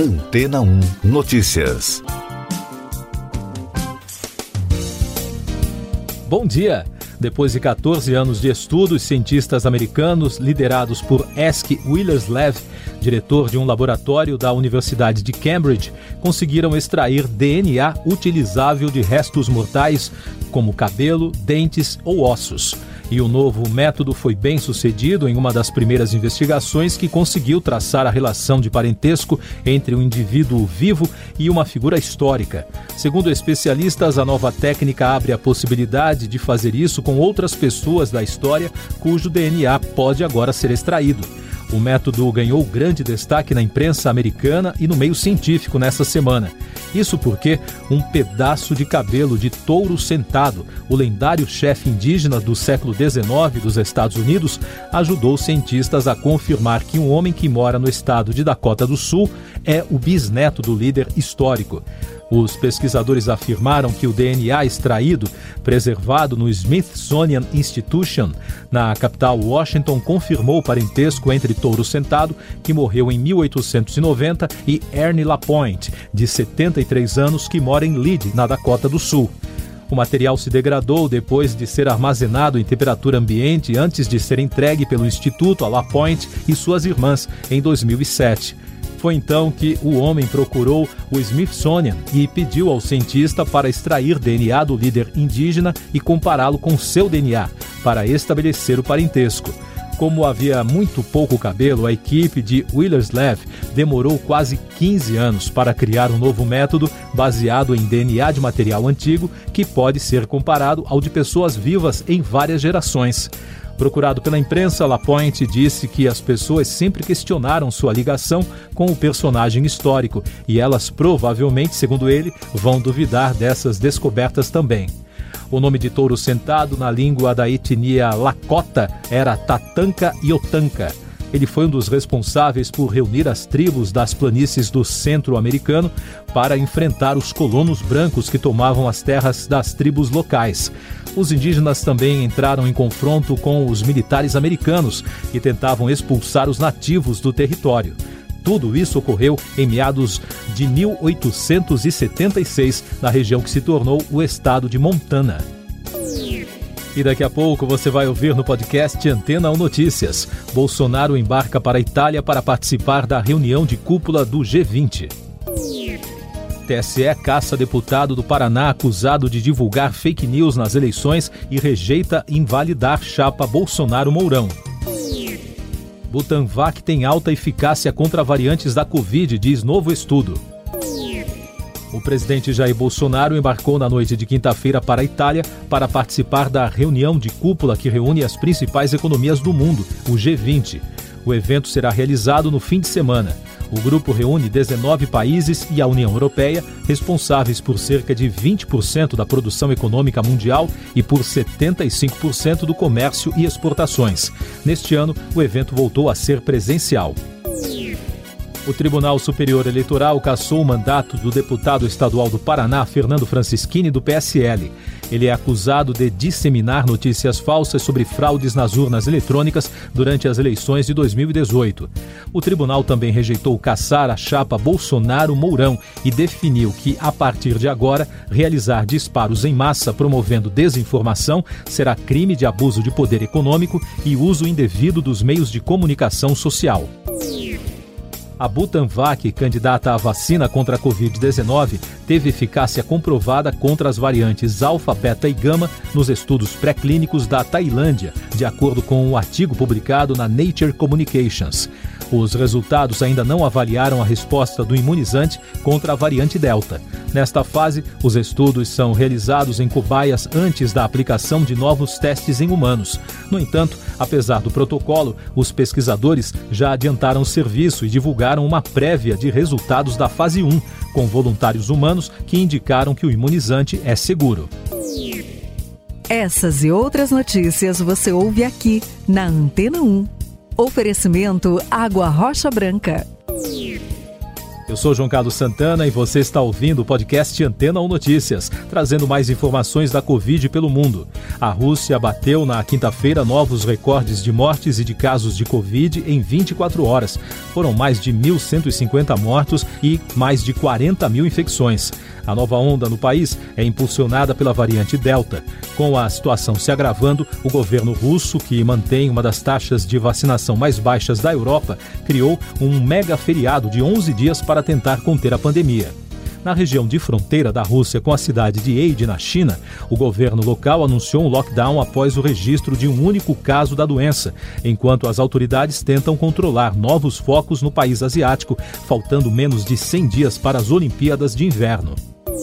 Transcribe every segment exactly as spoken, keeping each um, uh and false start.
Antena um Notícias. Bom dia! Depois de quatorze anos de estudos, cientistas americanos liderados por Eske Willerslev, diretor de um laboratório da Universidade de Cambridge, conseguiram extrair D N A utilizável de restos mortais, como cabelo, dentes ou ossos. E o novo método foi bem sucedido em uma das primeiras investigações que conseguiu traçar a relação de parentesco entre um indivíduo vivo e uma figura histórica. Segundo especialistas, a nova técnica abre a possibilidade de fazer isso com outras pessoas da história cujo D N A pode agora ser extraído. O método ganhou grande destaque na imprensa americana e no meio científico nessa semana. Isso porque um pedaço de cabelo de touro sentado, o lendário chefe indígena do século dezenove dos Estados Unidos, ajudou cientistas a confirmar que um homem que mora no estado de Dakota do Sul é o bisneto do líder histórico. Os pesquisadores afirmaram que o D N A extraído, preservado no Smithsonian Institution, na capital Washington, confirmou o parentesco entre Touro Sentado, que morreu em mil oitocentos e noventa, e Ernie Lapointe, de setenta e três anos, que mora em Lead, na Dakota do Sul. O material se degradou depois de ser armazenado em temperatura ambiente antes de ser entregue pelo Instituto a Lapointe e suas irmãs em dois mil e sete. Foi então que o homem procurou o Smithsonian e pediu ao cientista para extrair D N A do líder indígena e compará-lo com seu D N A, para estabelecer o parentesco. Como havia muito pouco cabelo, a equipe de Willerslev demorou quase quinze anos para criar um novo método baseado em D N A de material antigo que pode ser comparado ao de pessoas vivas em várias gerações. Procurado pela imprensa, Lapointe disse que as pessoas sempre questionaram sua ligação com o personagem histórico e elas provavelmente, segundo ele, vão duvidar dessas descobertas também. O nome de Touro Sentado na língua da etnia Lakota era Tatanka Iotanka. Ele foi um dos responsáveis por reunir as tribos das planícies do centro-americano para enfrentar os colonos brancos que tomavam as terras das tribos locais. Os indígenas também entraram em confronto com os militares americanos que tentavam expulsar os nativos do território. Tudo isso ocorreu em meados de mil oitocentos e setenta e seis, na região que se tornou o estado de Montana. E daqui a pouco você vai ouvir no podcast Antena um Notícias. Bolsonaro embarca para a Itália para participar da reunião de cúpula do G vinte. T S E caça deputado do Paraná acusado de divulgar fake news nas eleições e rejeita invalidar chapa Bolsonaro-Mourão. Butanvac tem alta eficácia contra variantes da Covid, diz novo estudo. O presidente Jair Bolsonaro embarcou na noite de quinta-feira para a Itália para participar da reunião de cúpula que reúne as principais economias do mundo, o G vinte. O evento será realizado no fim de semana. O grupo reúne dezenove países e a União Europeia, responsáveis por cerca de vinte por cento da produção econômica mundial e por setenta e cinco por cento do comércio e exportações. Neste ano, o evento voltou a ser presencial. O Tribunal Superior Eleitoral cassou o mandato do deputado estadual do Paraná, Fernando Francischini, do P S L. Ele é acusado de disseminar notícias falsas sobre fraudes nas urnas eletrônicas durante as eleições de dois mil e dezoito. O tribunal também rejeitou cassar a chapa Bolsonaro-Mourão e definiu que, a partir de agora, realizar disparos em massa promovendo desinformação será crime de abuso de poder econômico e uso indevido dos meios de comunicação social. A Butanvac, candidata à vacina contra a covid dezenove, teve eficácia comprovada contra as variantes alfa, beta e gama nos estudos pré-clínicos da Tailândia, de acordo com um artigo publicado na Nature Communications. Os resultados ainda não avaliaram a resposta do imunizante contra a variante Delta. Nesta fase, os estudos são realizados em cobaias antes da aplicação de novos testes em humanos. No entanto, apesar do protocolo, os pesquisadores já adiantaram o serviço e divulgaram uma prévia de resultados da fase um, com voluntários humanos que indicaram que o imunizante é seguro. Essas e outras notícias você ouve aqui na Antena um. Oferecimento Água Rocha Branca. Eu sou João Carlos Santana e você está ouvindo o podcast Antena um Notícias, trazendo mais informações da Covid pelo mundo. A Rússia bateu na quinta-feira novos recordes de mortes e de casos de Covid em vinte e quatro horas. Foram mais de mil cento e cinquenta mortos e mais de quarenta mil infecções. A nova onda no país é impulsionada pela variante Delta. Com a situação se agravando, o governo russo, que mantém uma das taxas de vacinação mais baixas da Europa, criou um mega feriado de onze dias para tentar conter a pandemia. Na região de fronteira da Rússia com a cidade de Eide, na China, o governo local anunciou um lockdown após o registro de um único caso da doença, enquanto as autoridades tentam controlar novos focos no país asiático, faltando menos de cem dias para as Olimpíadas de Inverno.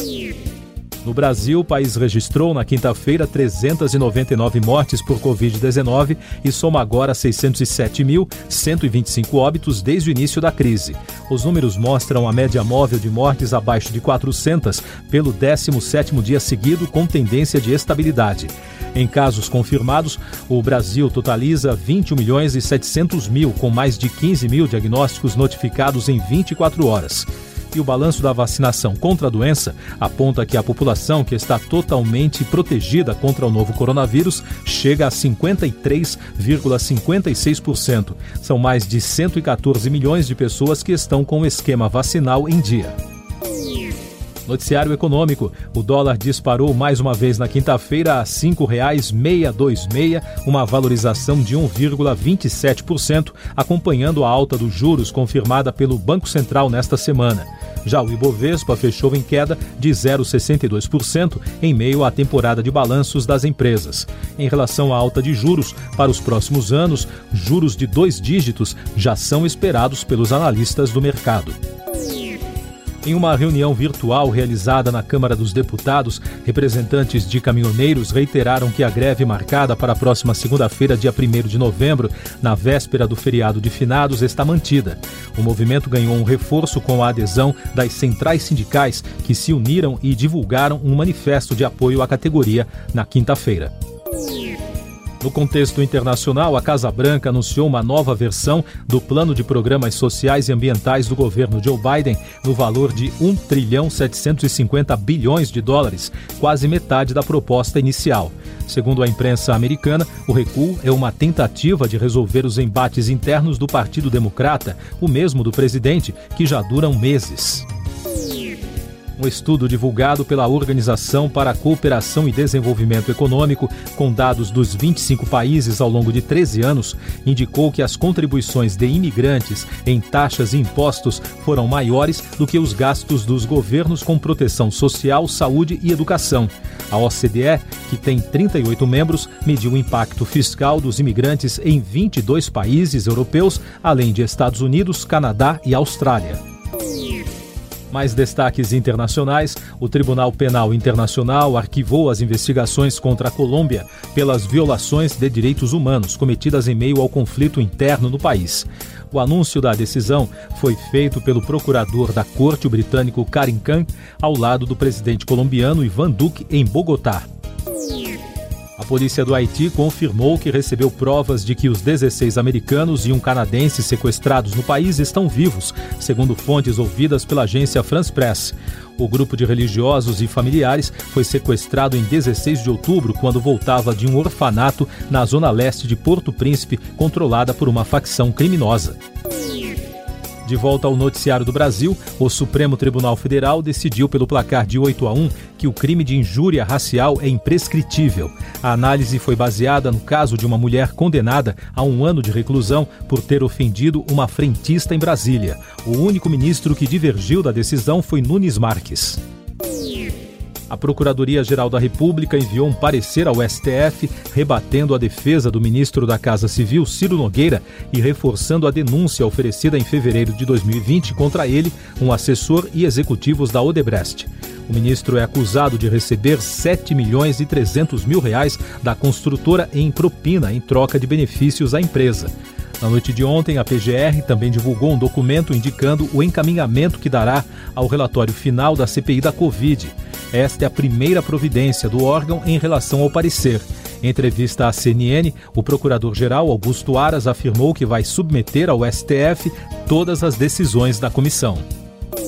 No Brasil, o país registrou na quinta-feira trezentas e noventa e nove mortes por covid dezenove e soma agora seiscentos e sete mil, cento e vinte e cinco óbitos desde o início da crise. Os números mostram a média móvel de mortes abaixo de quatrocentas pelo décimo sétimo dia seguido, com tendência de estabilidade. Em casos confirmados, o Brasil totaliza vinte e um milhões e setecentos mil, com mais de quinze mil diagnósticos notificados em vinte e quatro horas. E o balanço da vacinação contra a doença aponta que a população que está totalmente protegida contra o novo coronavírus chega a cinquenta e três vírgula cinquenta e seis por cento. São mais de cento e quatorze milhões de pessoas que estão com o esquema vacinal em dia. Noticiário econômico. O dólar disparou mais uma vez na quinta-feira a cinco reais seiscentos e vinte e seis, uma valorização de um vírgula vinte e sete por cento, acompanhando a alta dos juros confirmada pelo Banco Central nesta semana. Já o Ibovespa fechou em queda de zero vírgula sessenta e dois por cento em meio à temporada de balanços das empresas. Em relação à alta de juros, para os próximos anos, juros de dois dígitos já são esperados pelos analistas do mercado. Em uma reunião virtual realizada na Câmara dos Deputados, representantes de caminhoneiros reiteraram que a greve marcada para a próxima segunda-feira, dia primeiro de novembro, na véspera do feriado de finados, está mantida. O movimento ganhou um reforço com a adesão das centrais sindicais, que se uniram e divulgaram um manifesto de apoio à categoria na quinta-feira. No contexto internacional, a Casa Branca anunciou uma nova versão do Plano de Programas Sociais e Ambientais do governo Joe Biden no valor de um trilhão setecentos e cinquenta bilhões de dólares, quase metade da proposta inicial. Segundo a imprensa americana, o recuo é uma tentativa de resolver os embates internos do Partido Democrata, o mesmo do presidente, que já duram meses. Um estudo divulgado pela Organização para a Cooperação e Desenvolvimento Econômico, com dados dos vinte e cinco países ao longo de treze anos, indicou que as contribuições de imigrantes em taxas e impostos foram maiores do que os gastos dos governos com proteção social, saúde e educação. A O C D E, que tem trinta e oito membros, mediu o impacto fiscal dos imigrantes em vinte e dois países europeus, além de Estados Unidos, Canadá e Austrália. Mais destaques internacionais: o Tribunal Penal Internacional arquivou as investigações contra a Colômbia pelas violações de direitos humanos cometidas em meio ao conflito interno no país. O anúncio da decisão foi feito pelo procurador da Corte, o britânico Karim Khan, ao lado do presidente colombiano Iván Duque, em Bogotá. A polícia do Haiti confirmou que recebeu provas de que os dezesseis americanos e um canadense sequestrados no país estão vivos, segundo fontes ouvidas pela agência France Press. O grupo de religiosos e familiares foi sequestrado em dezesseis de outubro, quando voltava de um orfanato na zona leste de Porto Príncipe, controlada por uma facção criminosa. De volta ao noticiário do Brasil, o Supremo Tribunal Federal decidiu pelo placar de oito a um que o crime de injúria racial é imprescritível. A análise foi baseada no caso de uma mulher condenada a um ano de reclusão por ter ofendido uma frentista em Brasília. O único ministro que divergiu da decisão foi Nunes Marques. A Procuradoria-Geral da República enviou um parecer ao S T F rebatendo a defesa do ministro da Casa Civil, Ciro Nogueira, e reforçando a denúncia oferecida em fevereiro de dois mil e vinte contra ele, um assessor e executivos da Odebrecht. O ministro é acusado de receber sete milhões e trezentos mil reais da construtora em propina em troca de benefícios à empresa. Na noite de ontem, a P G R também divulgou um documento indicando o encaminhamento que dará ao relatório final da C P I da Covid. Esta é a primeira providência do órgão em relação ao parecer. Em entrevista à C N N, o procurador-geral Augusto Aras afirmou que vai submeter ao S T F todas as decisões da comissão.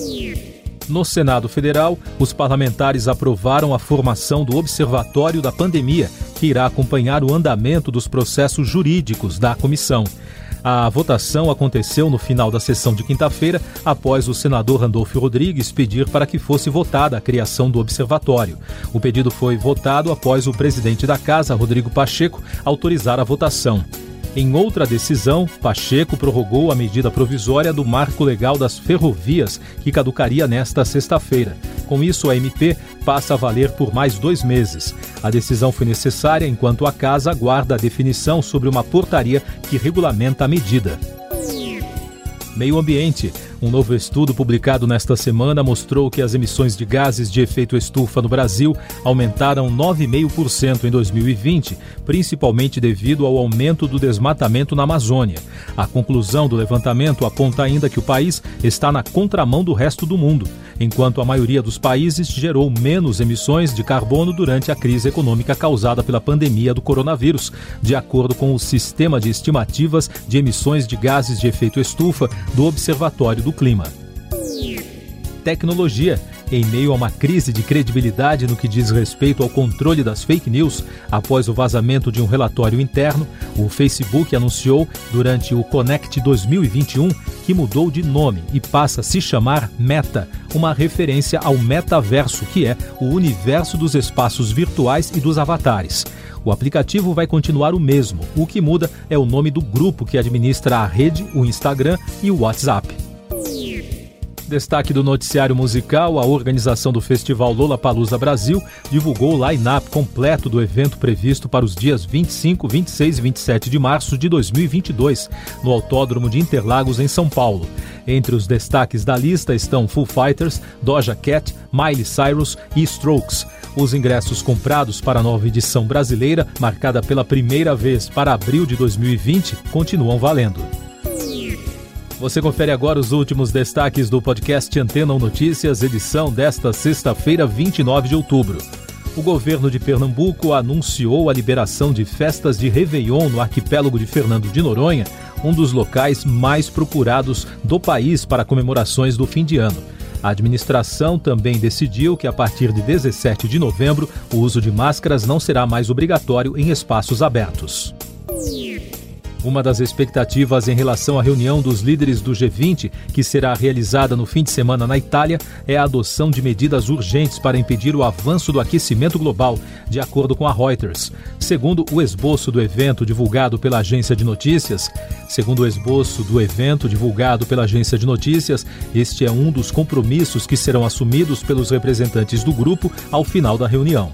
No Senado Federal, os parlamentares aprovaram a formação do Observatório da Pandemia, que irá acompanhar o andamento dos processos jurídicos da comissão. A votação aconteceu no final da sessão de quinta-feira, após o senador Randolfo Rodrigues pedir para que fosse votada a criação do observatório. O pedido foi votado após o presidente da Casa, Rodrigo Pacheco, autorizar a votação. Em outra decisão, Pacheco prorrogou a medida provisória do Marco Legal das Ferrovias, que caducaria nesta sexta-feira. Com isso, a M P passa a valer por mais dois meses. A decisão foi necessária enquanto a Casa aguarda a definição sobre uma portaria que regulamenta a medida. Meio Ambiente. Um novo estudo publicado nesta semana mostrou que as emissões de gases de efeito estufa no Brasil aumentaram nove vírgula cinco por cento em dois mil e vinte, principalmente devido ao aumento do desmatamento na Amazônia. A conclusão do levantamento aponta ainda que o país está na contramão do resto do mundo, enquanto a maioria dos países gerou menos emissões de carbono durante a crise econômica causada pela pandemia do coronavírus, de acordo com o Sistema de Estimativas de Emissões de Gases de Efeito Estufa do Observatório do Clima. Tecnologia. Em meio a uma crise de credibilidade no que diz respeito ao controle das fake news, após o vazamento de um relatório interno, o Facebook anunciou durante o Connect dois mil e vinte e um que mudou de nome e passa a se chamar Meta, uma referência ao metaverso, que é o universo dos espaços virtuais e dos avatares. O aplicativo vai continuar o mesmo, o que muda é o nome do grupo que administra a rede, o Instagram e o WhatsApp. Destaque do noticiário musical, a organização do Festival Lollapalooza Brasil divulgou o line-up completo do evento previsto para os dias vinte e cinco, vinte e seis e vinte e sete de março de dois mil e vinte e dois, no Autódromo de Interlagos, em São Paulo. Entre os destaques da lista estão Foo Fighters, Doja Cat, Miley Cyrus e Strokes. Os ingressos comprados para a nova edição brasileira, marcada pela primeira vez para abril de dois mil e vinte, continuam valendo. Você confere agora os últimos destaques do podcast Antena um Notícias, edição desta sexta-feira, vinte e nove de outubro. O governo de Pernambuco anunciou a liberação de festas de Réveillon no arquipélago de Fernando de Noronha, um dos locais mais procurados do país para comemorações do fim de ano. A administração também decidiu que a partir de dezessete de novembro, o uso de máscaras não será mais obrigatório em espaços abertos. Uma das expectativas em relação à reunião dos líderes do G vinte, que será realizada no fim de semana na Itália, é a adoção de medidas urgentes para impedir o avanço do aquecimento global, de acordo com a Reuters. Segundo o esboço do evento divulgado pela agência de notícias, segundo o esboço do evento divulgado pela agência de notícias, este é um dos compromissos que serão assumidos pelos representantes do grupo ao final da reunião.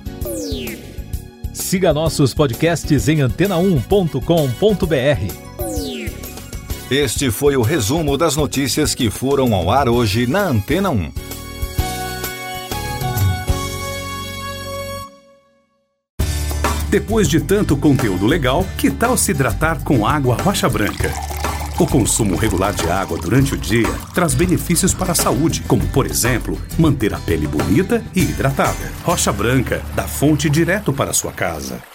Siga nossos podcasts em antena um ponto com ponto b r. Este foi o resumo das notícias que foram ao ar hoje na Antena um. Depois de tanto conteúdo legal, que tal se hidratar com água Rocha Branca? O consumo regular de água durante o dia traz benefícios para a saúde, como, por exemplo, manter a pele bonita e hidratada. Rocha Branca, da fonte direto para a sua casa.